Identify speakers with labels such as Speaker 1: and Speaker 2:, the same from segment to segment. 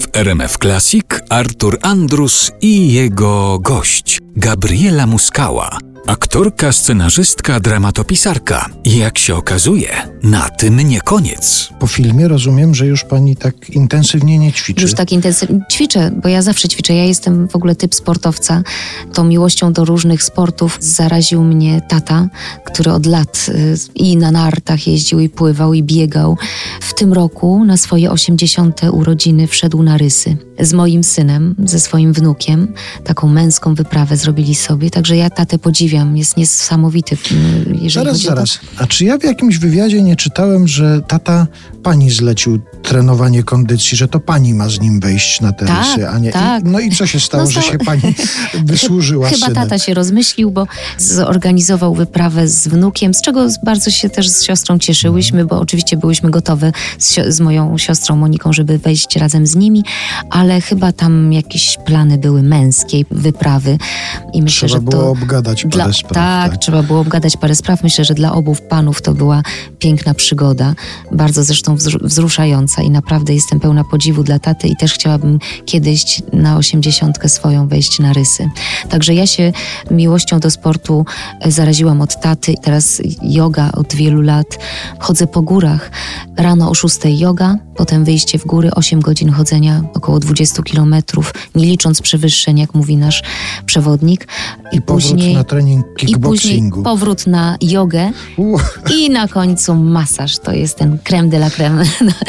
Speaker 1: W RMF Classic Artur Andrus i jego gość Gabriela Muskała. Aktorka, scenarzystka, dramatopisarka. I jak się okazuje, na tym nie koniec.
Speaker 2: Po filmie rozumiem, że już pani tak intensywnie nie ćwiczy.
Speaker 3: Już tak intensywnie ćwiczę, bo ja zawsze ćwiczę. Ja jestem w ogóle typ sportowca. Tą miłością do różnych sportów zaraził mnie tata, który od lat i na nartach jeździł, i pływał, i biegał. W tym roku na swoje 80. urodziny wszedł na rysy. Z moim synem, ze swoim wnukiem. Taką męską wyprawę zrobili sobie, także ja tatę podziwiam. Jest niesamowity, jeżeli chodzi o to.
Speaker 2: A czy ja w jakimś wywiadzie nie czytałem, że tata pani zlecił trenowanie kondycji, że to pani ma z nim wejść na te rysy, a nie...
Speaker 3: Tak.
Speaker 2: No i co się stało, że się pani wysłużyła
Speaker 3: Chyba
Speaker 2: synem?
Speaker 3: tata się rozmyślił, bo zorganizował wyprawę z wnukiem, z czego bardzo się też z siostrą cieszyłyśmy, bo oczywiście byłyśmy gotowe z moją siostrą Moniką, żeby wejść razem z nimi, ale chyba tam jakieś plany były męskiej wyprawy i myślę,
Speaker 2: Trzeba
Speaker 3: że
Speaker 2: było
Speaker 3: to...
Speaker 2: obgadać parę spraw.
Speaker 3: Tak, trzeba było obgadać parę spraw. Myślę, że dla obu panów to była piękna przygoda, bardzo zresztą wzruszająca i naprawdę jestem pełna podziwu dla taty i też chciałabym kiedyś na 80 swoją wejść na rysy. Także ja się miłością do sportu zaraziłam od taty. Teraz joga od wielu lat. Chodzę po górach. Rano o 6 joga, potem wyjście w góry, 8 godzin chodzenia, około 20 kilometrów, nie licząc przewyższeń, jak mówi nasz przewodnik.
Speaker 2: I później na trening kickboxingu.
Speaker 3: I później powrót na jogę i na końcu masaż. To jest ten crème de la crème.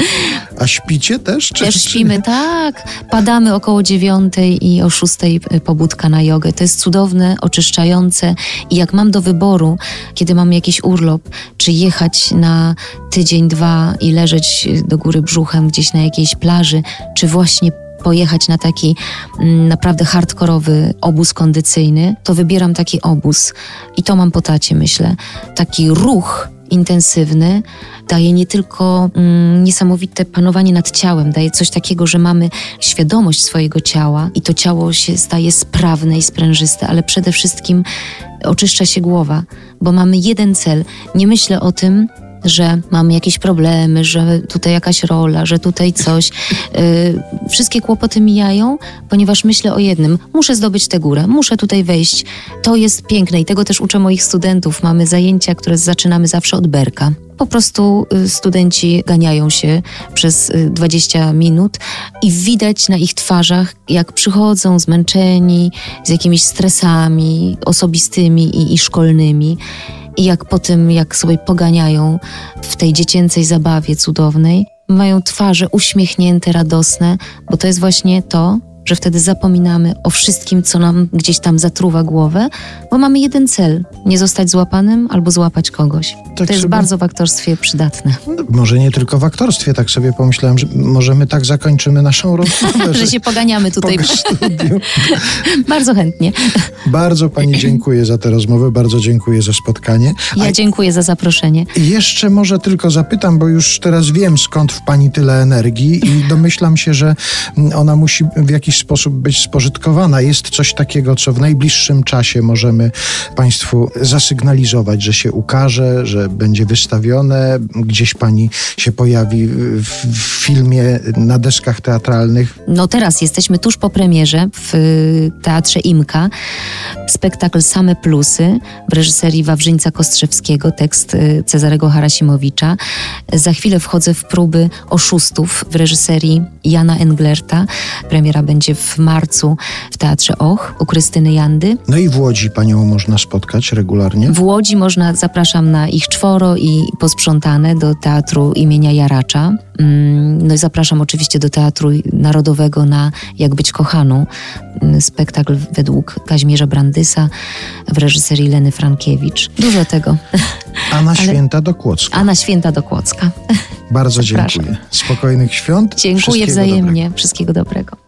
Speaker 2: A śpicie też?
Speaker 3: Też śpimy, tak. Padamy około 9 i o 6 pobudka na jogę. To jest cudowne, oczyszczające i jak mam do wyboru, kiedy mam jakiś urlop, czy jechać na tydzień, 2 i leżeć do góry brzuchem gdzieś na jakiejś plaży, czy właśnie pojechać na taki naprawdę hardkorowy obóz kondycyjny, to wybieram taki obóz. I to mam po tacie, myślę. Taki ruch intensywny daje nie tylko niesamowite panowanie nad ciałem, daje coś takiego, że mamy świadomość swojego ciała i to ciało się staje sprawne i sprężyste, ale przede wszystkim oczyszcza się głowa, bo mamy jeden cel. Nie myślę o tym, że mamy jakieś problemy, że tutaj jakaś rola, że tutaj coś. Wszystkie kłopoty mijają, ponieważ myślę o jednym. Muszę zdobyć tę górę, muszę tutaj wejść. To jest piękne i tego też uczę moich studentów. Mamy zajęcia, które zaczynamy zawsze od berka. Po prostu studenci ganiają się przez 20 minut i widać na ich twarzach, jak przychodzą zmęczeni, z jakimiś stresami osobistymi i szkolnymi. I jak po tym, jak sobie poganiają w tej dziecięcej zabawie cudownej, mają twarze uśmiechnięte, radosne, bo to jest właśnie to, że wtedy zapominamy o wszystkim, co nam gdzieś tam zatruwa głowę, bo mamy jeden cel, nie zostać złapanym albo złapać kogoś.
Speaker 2: Tak
Speaker 3: to jest bardzo w aktorstwie przydatne.
Speaker 2: Może nie tylko w aktorstwie, tak sobie pomyślałem, że może my tak zakończymy naszą rozmowę.
Speaker 3: Że się poganiamy tutaj
Speaker 2: po studiu.
Speaker 3: Bardzo chętnie.
Speaker 2: Bardzo pani dziękuję za tę rozmowę, bardzo dziękuję za spotkanie.
Speaker 3: Ja dziękuję za zaproszenie.
Speaker 2: Jeszcze może tylko zapytam, bo już teraz wiem, skąd w pani tyle energii i domyślam się, że ona musi w jakiś sposób być spożytkowana. Jest coś takiego, co w najbliższym czasie możemy państwu zasygnalizować, że się ukaże, że będzie wystawione, gdzieś pani się pojawi w filmie, na deskach teatralnych.
Speaker 3: No teraz jesteśmy tuż po premierze w Teatrze Imka. Spektakl Same Plusy w reżyserii Wawrzyńca Kostrzewskiego, tekst Cezarego Harasimowicza. Za chwilę wchodzę w próby Oszustów w reżyserii Jana Englerta. Premiera będzie w marcu w Teatrze Och u Krystyny Jandy.
Speaker 2: No i w Łodzi panią można spotkać regularnie?
Speaker 3: W Łodzi zapraszam na Ich 4 i Posprzątane do Teatru imienia Jaracza. No i zapraszam oczywiście do Teatru Narodowego na Jak być kochaną. Spektakl według Kazimierza Brandysa w reżyserii Leny Frankiewicz. Dużo tego.
Speaker 2: Anna Święta do Kłodzka.
Speaker 3: Anna Święta do Kłodzka.
Speaker 2: Bardzo dziękuję. Spokojnych świąt.
Speaker 3: Dziękuję wzajemnie. Wszystkiego dobrego.